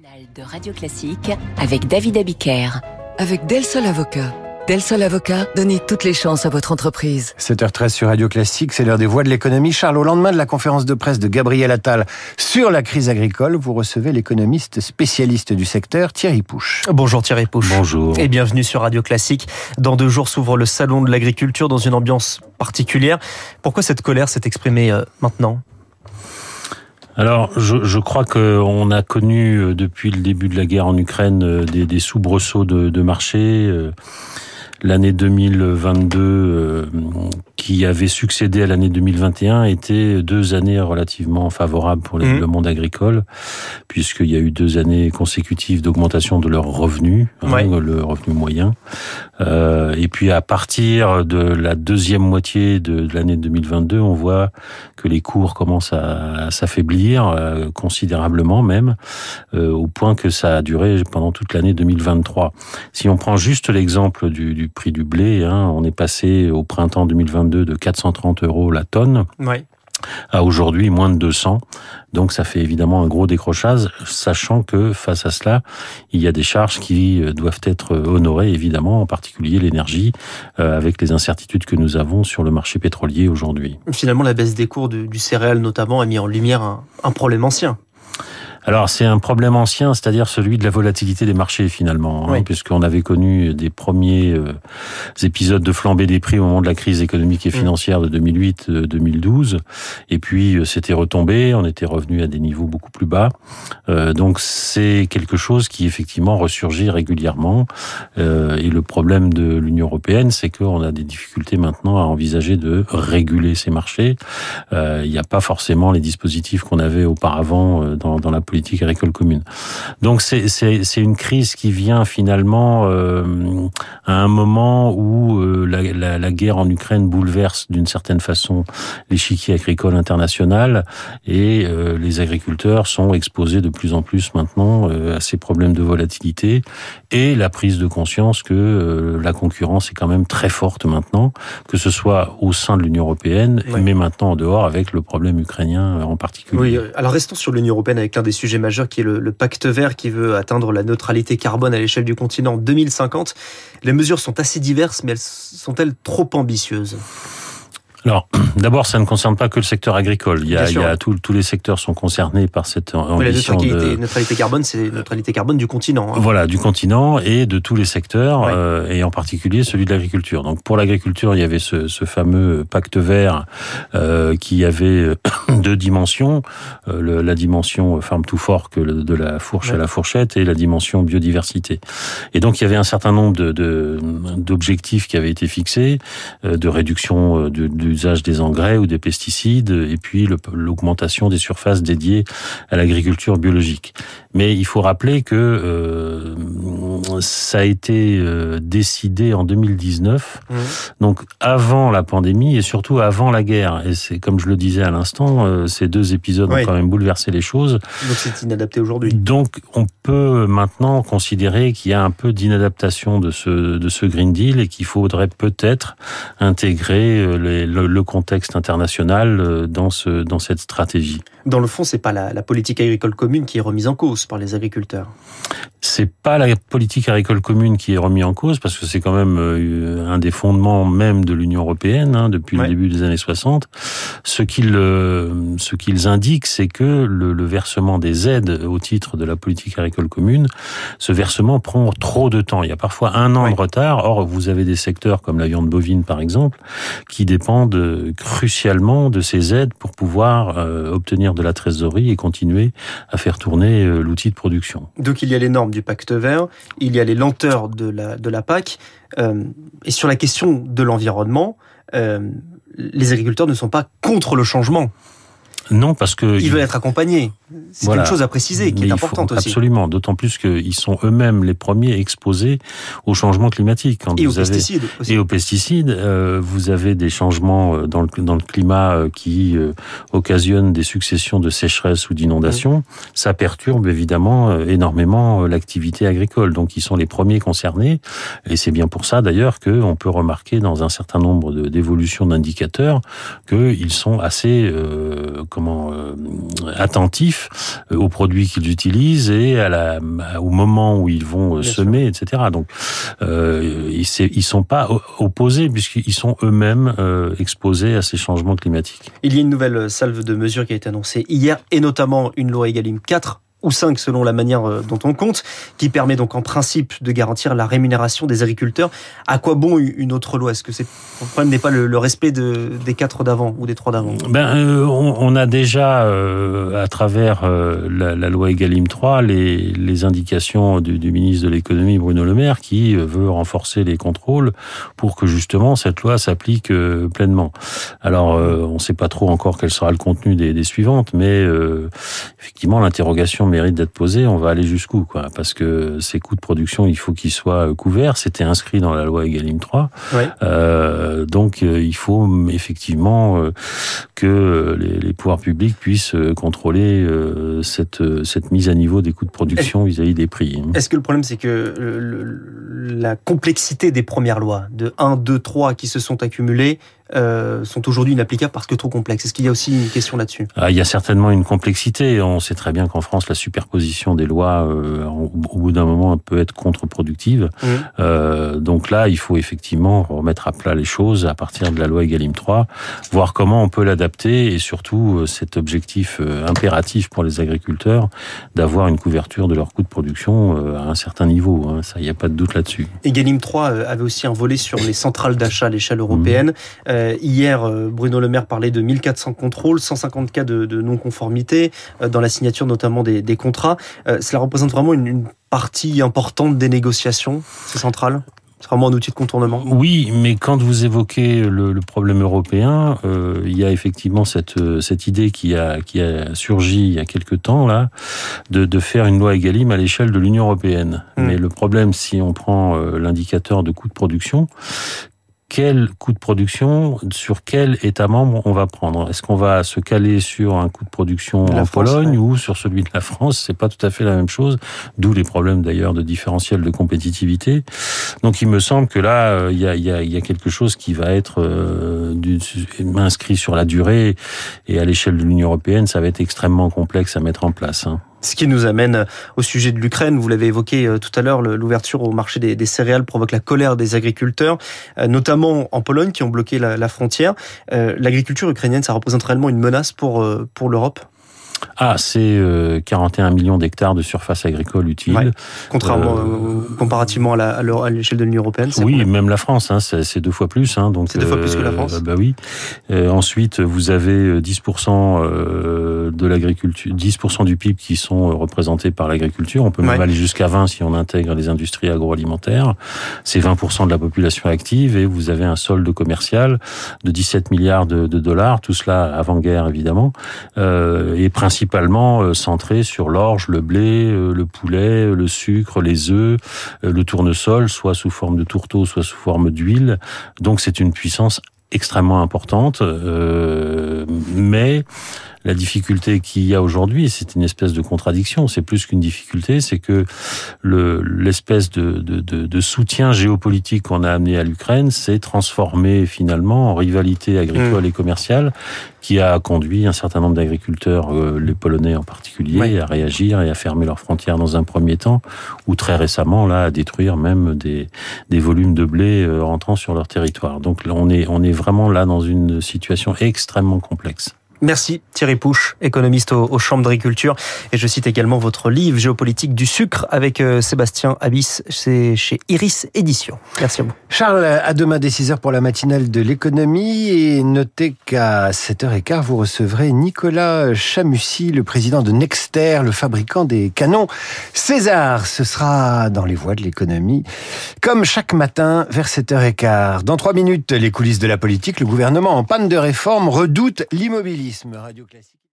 De Radio Classique avec David Abiker. Avec Del Sol Avocat. Del Sol Avocat, donnez toutes les chances à votre entreprise. 7h13 sur Radio Classique, c'est l'heure des voix de l'économie. Charles, au lendemain de la conférence de presse de Gabriel Attal sur la crise agricole, vous recevez l'économiste spécialiste du secteur, Thierry Pouche. Bonjour Thierry Pouche. Bonjour. Et bienvenue sur Radio Classique. Dans 2 jours s'ouvre le salon de l'agriculture dans une ambiance particulière. Pourquoi cette colère s'est exprimée maintenant ? Alors, je crois qu'on a connu depuis le début de la guerre en Ukraine des soubresauts de marché. L'année 2022, qui avait succédé à l'année 2021, était 2 années relativement favorables pour le monde agricole, puisqu'il y a eu 2 années consécutives d'augmentation de leurs revenus, le revenu moyen. Et puis à partir de la deuxième moitié de l'année 2022, on voit que les cours commencent à s'affaiblir considérablement même, au point que ça a duré pendant toute l'année 2023. Si on prend juste l'exemple du prix du blé, on est passé au printemps 2022 de 430 € la tonne à aujourd'hui moins de 200. Donc ça fait évidemment un gros décrochage, sachant que face à cela, il y a des charges qui doivent être honorées, évidemment, en particulier l'énergie, avec les incertitudes que nous avons sur le marché pétrolier aujourd'hui. Finalement, la baisse des cours du céréal notamment a mis en lumière un problème ancien. Alors c'est un problème ancien, c'est-à-dire celui de la volatilité des marchés finalement, puisqu'on avait connu des premiers épisodes de flambée des prix au moment de la crise économique et financière de 2008-2012, et puis c'était retombé, on était revenu à des niveaux beaucoup plus bas, donc c'est quelque chose qui effectivement ressurgit régulièrement, et le problème de l'Union européenne, c'est qu'on a des difficultés maintenant à envisager de réguler ces marchés. Il n'y a pas forcément les dispositifs qu'on avait auparavant dans la politique agricole commune. Donc c'est une crise qui vient finalement à un moment où la guerre en Ukraine bouleverse d'une certaine façon l'échiquier agricole international, et les agriculteurs sont exposés de plus en plus maintenant à ces problèmes de volatilité et la prise de conscience que la concurrence est quand même très forte maintenant, que ce soit au sein de l'Union européenne, mais maintenant en dehors avec le problème ukrainien en particulier. Oui, alors restons sur l'Union européenne avec l'un des sujets majeurs qui est le pacte vert qui veut atteindre la neutralité carbone à l'échelle du continent en 2050. Les mesures sont assez diverses, mais sont-elles trop ambitieuses ? Alors, d'abord, ça ne concerne pas que le secteur agricole. Tous les secteurs sont concernés par cette ambition la neutralité carbone, c'est neutralité carbone du continent. Voilà, du continent et de tous les secteurs, et en particulier celui de l'agriculture. Donc, pour l'agriculture, il y avait ce fameux pacte vert qui avait 2 dimensions, la dimension farm to fork de la fourche à la fourchette, et la dimension biodiversité. Et donc, il y avait un certain nombre d'objectifs qui avaient été fixés, de réduction d'usage des engrais ou des pesticides, et puis l'augmentation des surfaces dédiées à l'agriculture biologique. Mais il faut rappeler que ça a été décidé en 2019, donc avant la pandémie et surtout avant la guerre. Et c'est comme je le disais à l'instant, ces 2 épisodes ont quand même bouleversé les choses. Donc c'est inadapté aujourd'hui. Donc on peut maintenant considérer qu'il y a un peu d'inadaptation de ce Green Deal, et qu'il faudrait peut-être intégrer le contexte international dans cette stratégie. Dans le fond, c'est pas la politique agricole commune qui est remise en cause par les agriculteurs. C'est pas la politique agricole commune qui est remise en cause, parce que c'est quand même un des fondements même de l'Union européenne depuis le début des années 60. Ce qu'ils indiquent, c'est que le versement des aides au titre de la politique agricole commune, ce versement prend trop de temps. Il y a parfois 1 an de retard. Or, vous avez des secteurs comme la viande bovine, par exemple, qui dépendent crucialement de ces aides pour pouvoir obtenir de la trésorerie et continuer à faire tourner l'outil de production. Donc il y a les normes du pacte vert, il y a les lenteurs de la PAC, et sur la question de l'environnement, les agriculteurs ne sont pas contre le changement. Non, parce que ils veulent être accompagnés. C'est une chose à préciser qui est importante aussi. Absolument, d'autant plus qu'ils sont eux-mêmes les premiers exposés au changement climatique. Et aux pesticides aussi. Et aux pesticides, vous avez des changements dans le climat qui occasionnent des successions de sécheresses ou d'inondations. Ça perturbe évidemment énormément l'activité agricole. Donc ils sont les premiers concernés, et c'est bien pour ça d'ailleurs qu'on peut remarquer dans un certain nombre d'évolutions d'indicateurs qu'ils sont assez attentifs attentifs aux produits qu'ils utilisent et au moment où ils vont semer, etc. Donc, ils sont pas opposés puisqu'ils sont eux-mêmes exposés à ces changements climatiques. Il y a une nouvelle salve de mesures qui a été annoncée hier et notamment une loi Egalim 4 ou 5 selon la manière dont on compte, qui permet donc en principe de garantir la rémunération des agriculteurs. À quoi bon une autre loi ? Est-ce que le problème n'est pas le respect des 4 d'avant ou des 3 d'avant ? On a déjà, à travers la loi Egalim 3, les indications du ministre de l'économie Bruno Le Maire qui veut renforcer les contrôles pour que justement cette loi s'applique pleinement. Alors, on ne sait pas trop encore quel sera le contenu des suivantes, mais effectivement l'interrogation mérite d'être posé, on va aller jusqu'où, quoi, parce que ces coûts de production, il faut qu'ils soient couverts. C'était inscrit dans la loi Egalim 3. Ouais. Donc, il faut effectivement que les pouvoirs publics puissent contrôler cette mise à niveau des coûts de production vis-à-vis des prix. Est-ce que le problème, c'est que la complexité des premières lois, de 1, 2, 3 qui se sont accumulées, sont aujourd'hui inapplicables parce que trop complexes. Est-ce qu'il y a aussi une question là-dessus ? Il y a certainement une complexité. On sait très bien qu'en France, la superposition des lois, au bout d'un moment, peut être contre-productive. Donc là, il faut effectivement remettre à plat les choses à partir de la loi Egalim 3, voir comment on peut l'adapter et surtout cet objectif impératif pour les agriculteurs d'avoir une couverture de leurs coûts de production à un certain niveau. Ça, il n'y a pas de doute là-dessus. Egalim 3 avait aussi un volet sur les centrales d'achat à l'échelle européenne. Hier, Bruno Le Maire parlait de 1400 contrôles, 150 cas de non-conformité, dans la signature notamment des contrats. Cela représente vraiment une partie importante des négociations, ces centrales ? C'est vraiment un outil de contournement ? Oui, mais quand vous évoquez le problème européen, il y a effectivement cette idée qui a surgi il y a quelque temps là, de faire une loi Egalim à l'échelle de l'Union européenne. Mais le problème, si on prend l'indicateur de coût de production, quel coût de production, sur quel État membre on va prendre ? Est-ce qu'on va se caler sur un coût de production en Pologne ou sur celui de la France ? C'est pas tout à fait la même chose, d'où les problèmes d'ailleurs de différentiel de compétitivité. Donc il me semble que là, il y a quelque chose qui va être inscrit sur la durée et à l'échelle de l'Union européenne, ça va être extrêmement complexe à mettre en place. Ce qui nous amène au sujet de l'Ukraine. Vous l'avez évoqué tout à l'heure, l'ouverture au marché des céréales provoque la colère des agriculteurs, notamment en Pologne, qui ont bloqué la frontière. L'agriculture ukrainienne, ça représente réellement une menace pour l'Europe ? C'est 41 millions d'hectares de surface agricole utile. Ouais. Comparativement à l'échelle de l'Union européenne. Oui, même la France, c'est 2 fois plus. Donc c'est 2 fois plus que la France. Oui. Ensuite, vous avez 10% de l'agriculture, 10% du PIB qui sont représentés par l'agriculture. On peut même aller jusqu'à 20 si on intègre les industries agroalimentaires. C'est 20% de la population active et vous avez un solde commercial de 17 milliards de dollars. Tout cela avant-guerre évidemment, et principalement centré sur l'orge, le blé, le poulet, le sucre, les œufs, le tournesol, soit sous forme de tourteau, soit sous forme d'huile. Donc c'est une puissance extrêmement importante, mais la difficulté qu'il y a aujourd'hui, c'est une espèce de contradiction, c'est plus qu'une difficulté, c'est que l'espèce de soutien géopolitique qu'on a amené à l'Ukraine s'est transformé finalement en rivalité agricole et commerciale qui a conduit un certain nombre d'agriculteurs, les Polonais en particulier, à réagir et à fermer leurs frontières dans un premier temps, ou très récemment là à détruire même des volumes de blé rentrant sur leur territoire. Donc là, on est vraiment là dans une situation extrêmement complexe. Merci Thierry Pouche, économiste aux Chambres d'agriculture. Et je cite également votre livre Géopolitique du sucre avec Sébastien Abyss, c'est chez Iris Éditions. Merci à vous. Charles, à demain dès 6h pour la matinale de l'économie. Et notez qu'à 7h15, vous recevrez Nicolas Chamussy, le président de Nexter, le fabricant des canons César. Ce sera dans les voies de l'économie, comme chaque matin vers 7h15. Dans 3 minutes, les coulisses de la politique. Le gouvernement en panne de réforme redoute l'immobilisme. Radio Classique.